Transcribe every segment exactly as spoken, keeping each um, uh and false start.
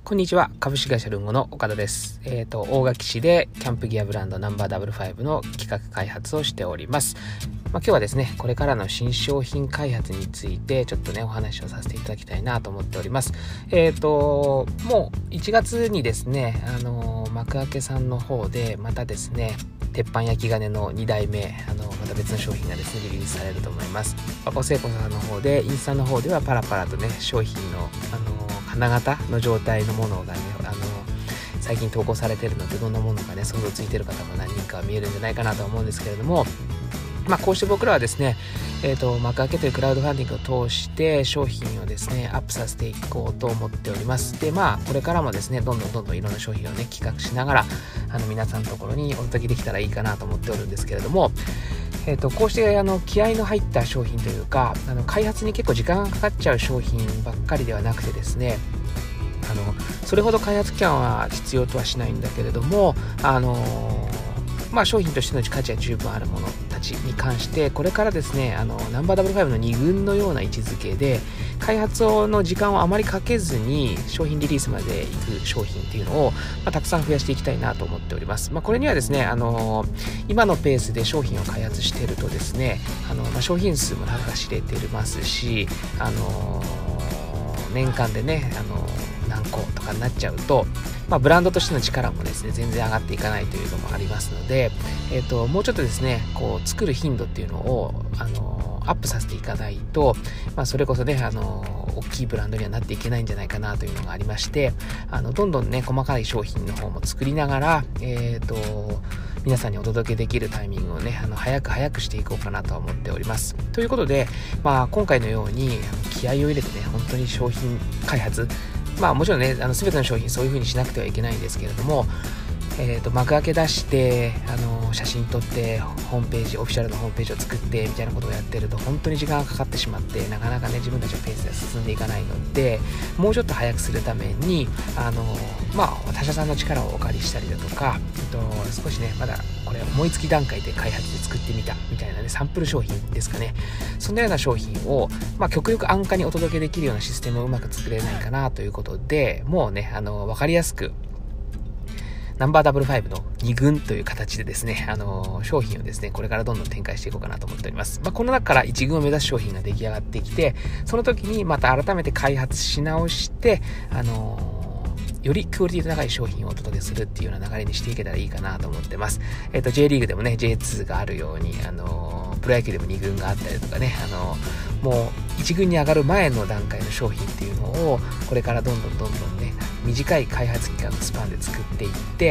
こんにちは。株式会社ルンゴの岡田です。えっ、ー、と、大垣市でキャンプギアブランドナンバーダブルファイブの企画開発をしております。まあ、今日はですね、これからの新商品開発についてちょっとね、お話をさせていただきたいなと思っております。えっ、ー、と、もういちがつにですね、あの、幕開けさんの方でまたですね、鉄板焼き金のにだいめ、あの、また別の商品がですね、リリースされると思います。和光製鋼さんの方で、インスタの方ではパラパラとね、商品の、あの、金型の状態のものがね、あの最近投稿されているので、どんなものがね想像ついている方も何人か見えるんじゃないかなと思うんですけれども、まあこうして僕らはですね、えーと幕開けというクラウドファンディングを通して商品をですねアップさせていこうと思っております。でまあこれからもですねどんどんどんどんいろんな商品をね企画しながらあの皆さんのところにお届けできたらいいかなと思っておるんですけれども、えー、とこうしてあの気合の入った商品というか、あの開発に結構時間がかかっちゃう商品ばっかりではなくてですね、あのそれほど開発期間は必要とはしないんだけれども、あのまあ、商品としての価値は十分あるものたちに関して、これからですねあのナンバーダブルファイブのに軍のような位置づけで開発の時間をあまりかけずに商品リリースまでいく商品っていうのを、まあ、たくさん増やしていきたいなと思っております。まあ、これにはですねあの今のペースで商品を開発しているとですねあの、まあ、商品数もなんか知れてますし、あの年間でねあの何個とかになっちゃうと、まあ、ブランドとしての力もですね全然上がっていかないというのもありますので、えーと、もうちょっとですねこう作る頻度っていうのをあのアップさせていかないと、まあ、それこそねあの大きいブランドにはなっていけないんじゃないかなというのがありまして、あのどんどんね細かい商品の方も作りながら、えーと皆さんにお届けできるタイミングをねあの早く早くしていこうかなと思っております。ということで、まあ、今回のように気合を入れてね本当に商品開発、まあもちろんねあの全ての商品そういう風にしなくてはいけないんですけれども、えーと幕開け出してあの写真撮ってホームページオフィシャルのホームページを作ってみたいなことをやってると本当に時間がかかってしまって、なかなかね自分たちのペースで進んでいかないので、もうちょっと早くするためにあのまあ他社さんの力をお借りしたりだとか、えっと、少しねまだこれ思いつき段階で開発で作ってみたみたいなねサンプル商品ですかね、そんなような商品を、まあ、極力安価にお届けできるようなシステムをうまく作れないかなということで、もうねあの分かりやすくナンバーダブルファイブのに軍という形でですね、あのー、商品をですね、これからどんどん展開していこうかなと思っております。まあ、この中からいち軍を目指す商品が出来上がってきて、その時にまた改めて開発し直して、あのー、よりクオリティの高い商品をお届けするっていうような流れにしていけたらいいかなと思ってます。えっと、J リーグでもね、ジェイツー があるように、あのー、プロ野球でもに軍があったりとかね、あのー、もういち軍に上がる前の段階の商品っていうのを、これからどんどんどんどんね、短い開発期間のスパンで作っていって、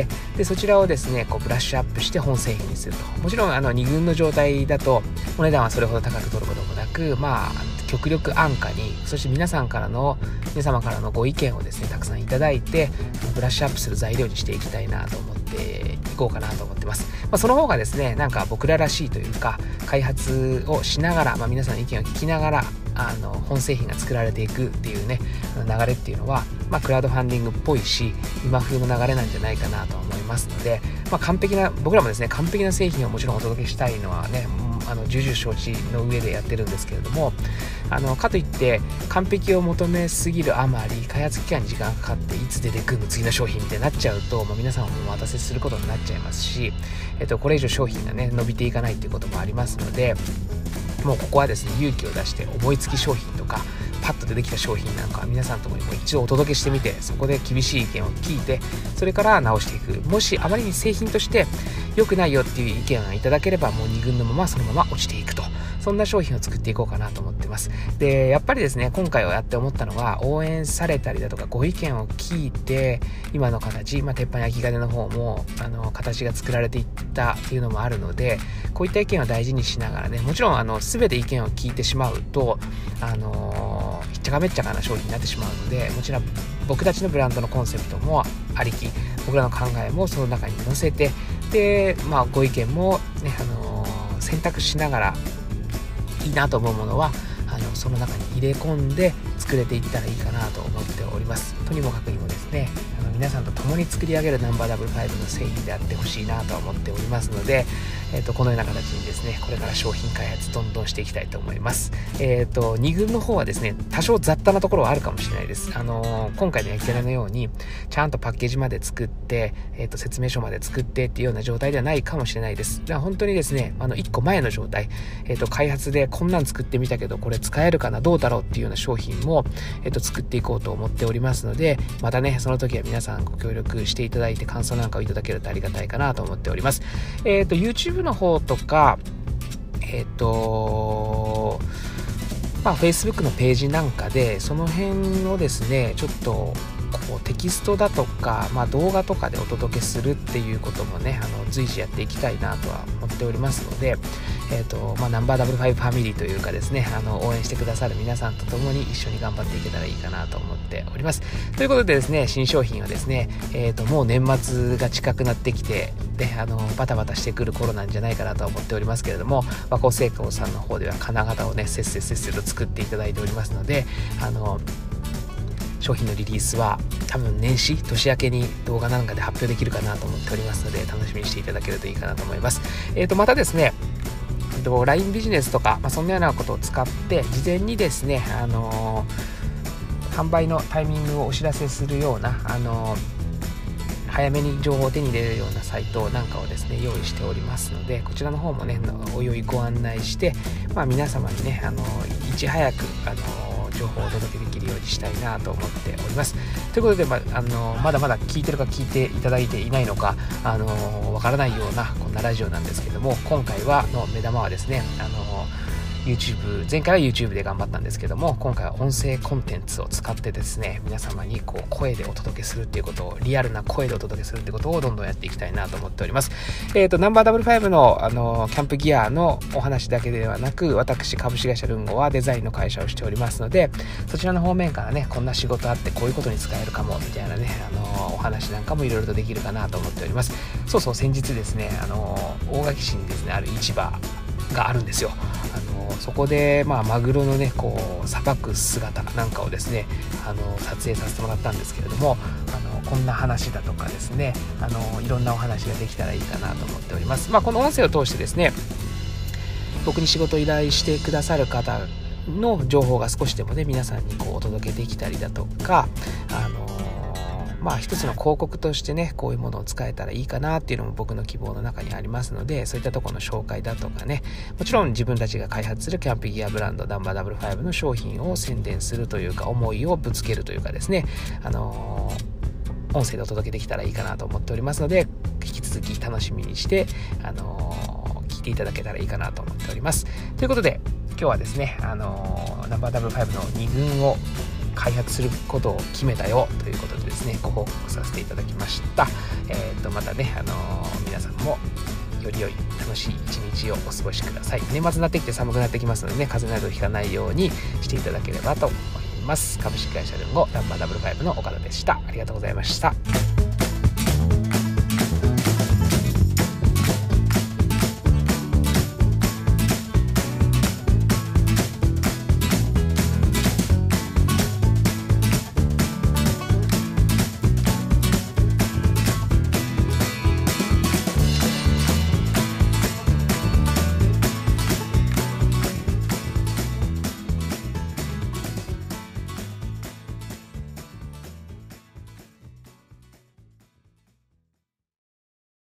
でそちらをですねこうブラッシュアップして本製品にすると。もちろんあのに軍の状態だとお値段はそれほど高く取ることもなく、まあ極力安価に、そして皆さんからの皆様からのご意見をですねたくさんいただいてブラッシュアップする材料にしていきたいなと思っていこうかなと思ってます。まあ、その方がですねなんか僕ららしいというか、開発をしながら、まあ、皆さんの意見を聞きながらあの本製品が作られていくっていうね流れっていうのは、まあ、クラウドファンディングっぽいし今風の流れなんじゃないかなと思いますので、まあ、完璧な僕らもですね完璧な製品をもちろんお届けしたいのはねあの重々承知の上でやってるんですけれども、あのかといって完璧を求めすぎるあまり開発期間に時間がかかっていつ出てくるの次の商品みたいになっちゃうと、まあ、皆さんもお待たせすることになっちゃいますし、えっと、これ以上商品がね伸びていかないっていうこともありますので、もうここはですね勇気を出して思いつき商品とかパッと出てきた商品なんかは皆さんのところにも一度お届けしてみて、そこで厳しい意見を聞いてそれから直していく。もしあまりに製品として良くないよっていう意見がいただければもうに軍のままそのまま落ちていくと、そんな商品を作っていこうかなと思ってます。でやっぱりですね今回はやって思ったのが、応援されたりだとかご意見を聞いて今の形、まあ、鉄板焼き金の方もあの形が作られていったっていうのもあるので、こういった意見を大事にしながらね、もちろんあの全て意見を聞いてしまうとあのひっちゃかめっちゃかな商品になってしまうので、もちろん僕たちのブランドのコンセプトもありき、僕らの考えもその中に載せて、で、まあ、ご意見も、ねあのー、選択しながらいいなと思うものはあのその中に入れ込んで作れていったらいいかなと思っております。とにもかくにもですねあの皆さんと共に作り上げるナンバーダブルファイブの製品であってほしいなと思っておりますので、 えーと、このような形にですね、これから商品開発どんどんしていきたいと思います。えーと、に軍の方はですね、多少雑多なところはあるかもしれないです。あのー、今回の焼き鳥のように、ちゃんとパッケージまで作って、えーと、説明書まで作ってっていうような状態ではないかもしれないです。だから本当にですね、あの、いっこまえの状態、えーと、開発でこんなん作ってみたけど、これ使えるかな、どうだろうっていうような商品も、えーと、作っていこうと思っておりますので、またね、その時は皆さんご協力していただいて、感想なんかをいただけるとありがたいかなと思っております。えーと、YouTube の方とか、えっと、まあ、Facebook のページなんかで、その辺をですね、ちょっと、こうテキストだとか、まあ、動画とかでお届けするっていうこともね、あの随時やっていきたいなとは思っておりますので、えーとまあ、ナンバーダブルファイブファミリーというかですね、あの応援してくださる皆さんと共に一緒に頑張っていけたらいいかなと思っております。ということでですね、新商品はですね、えーともう年末が近くなってきて、であのバタバタしてくる頃なんじゃないかなと思っておりますけれども、和光製鋼さんの方では金型をね、せっせせっせと作っていただいておりますので、あの商品のリリースは多分年始年明けに動画なんかで発表できるかなと思っておりますので、楽しみにしていただけるといいかなと思います。えーとまたですね、えーと ライン ビジネスとか、まあ、そんなようなことを使って事前にですね、あのー、販売のタイミングをお知らせするような、あのー早めに情報を手に入れるようなサイトなんかをですね、用意しておりますので、こちらの方もね、おいおいご案内して、まあ、皆様にね、あのいち早くあの情報をお届けできるようにしたいなと思っております。ということで、まあのまだまだ聞いてるか聞いていただいていないのか、あのわからないようなこんなラジオなんですけども、今回はの目玉はですね、あのYouTube、前回は YouTube で頑張ったんですけども、今回は音声コンテンツを使ってですね、皆様にこう声でお届けするっていうことを、リアルな声でお届けするってことをどんどんやっていきたいなと思っております。えっと、ナンバーダブルファイブのあのキャンプギアのお話だけではなく、私株式会社ルンゴはデザインの会社をしておりますので、そちらの方面からね、こんな仕事あってこういうことに使えるかもみたいなね、あのお話なんかもいろいろとできるかなと思っております。そうそう、先日ですね、あの大垣市にですねある市場があるんですよ。あのそこで、まあ、マグロのねこうさばく姿なんかをですね、あの撮影させてもらったんですけれども、あのこんな話だとかですね、あのいろんなお話ができたらいいかなと思っております。まあ、この音声を通してですね、僕に仕事を依頼してくださる方の情報が少しでもね、皆さんにこうお届けできたりだとか、あのまあ一つの広告としてね、こういうものを使えたらいいかなっていうのも僕の希望の中にありますので、そういったところの紹介だとかね、もちろん自分たちが開発するキャンプギアブランドナンバーダブルファイブの商品を宣伝するというか、思いをぶつけるというかですね、あのー、音声でお届けできたらいいかなと思っておりますので、引き続き楽しみにして、あのー、聞いていただけたらいいかなと思っております。ということで、今日はですね、あのー、ナンバーダブルファイブのに軍を開発することを決めたよということでですね、ご報告させていただきました。えーと、またね、あのー、皆さんもより良い楽しい一日をお過ごしください。年末になってきて寒くなってきますのでね、風邪などひかないようにしていただければと思います。株式会社ルンゴナンバーダブルファイブの岡田でした。ありがとうございました。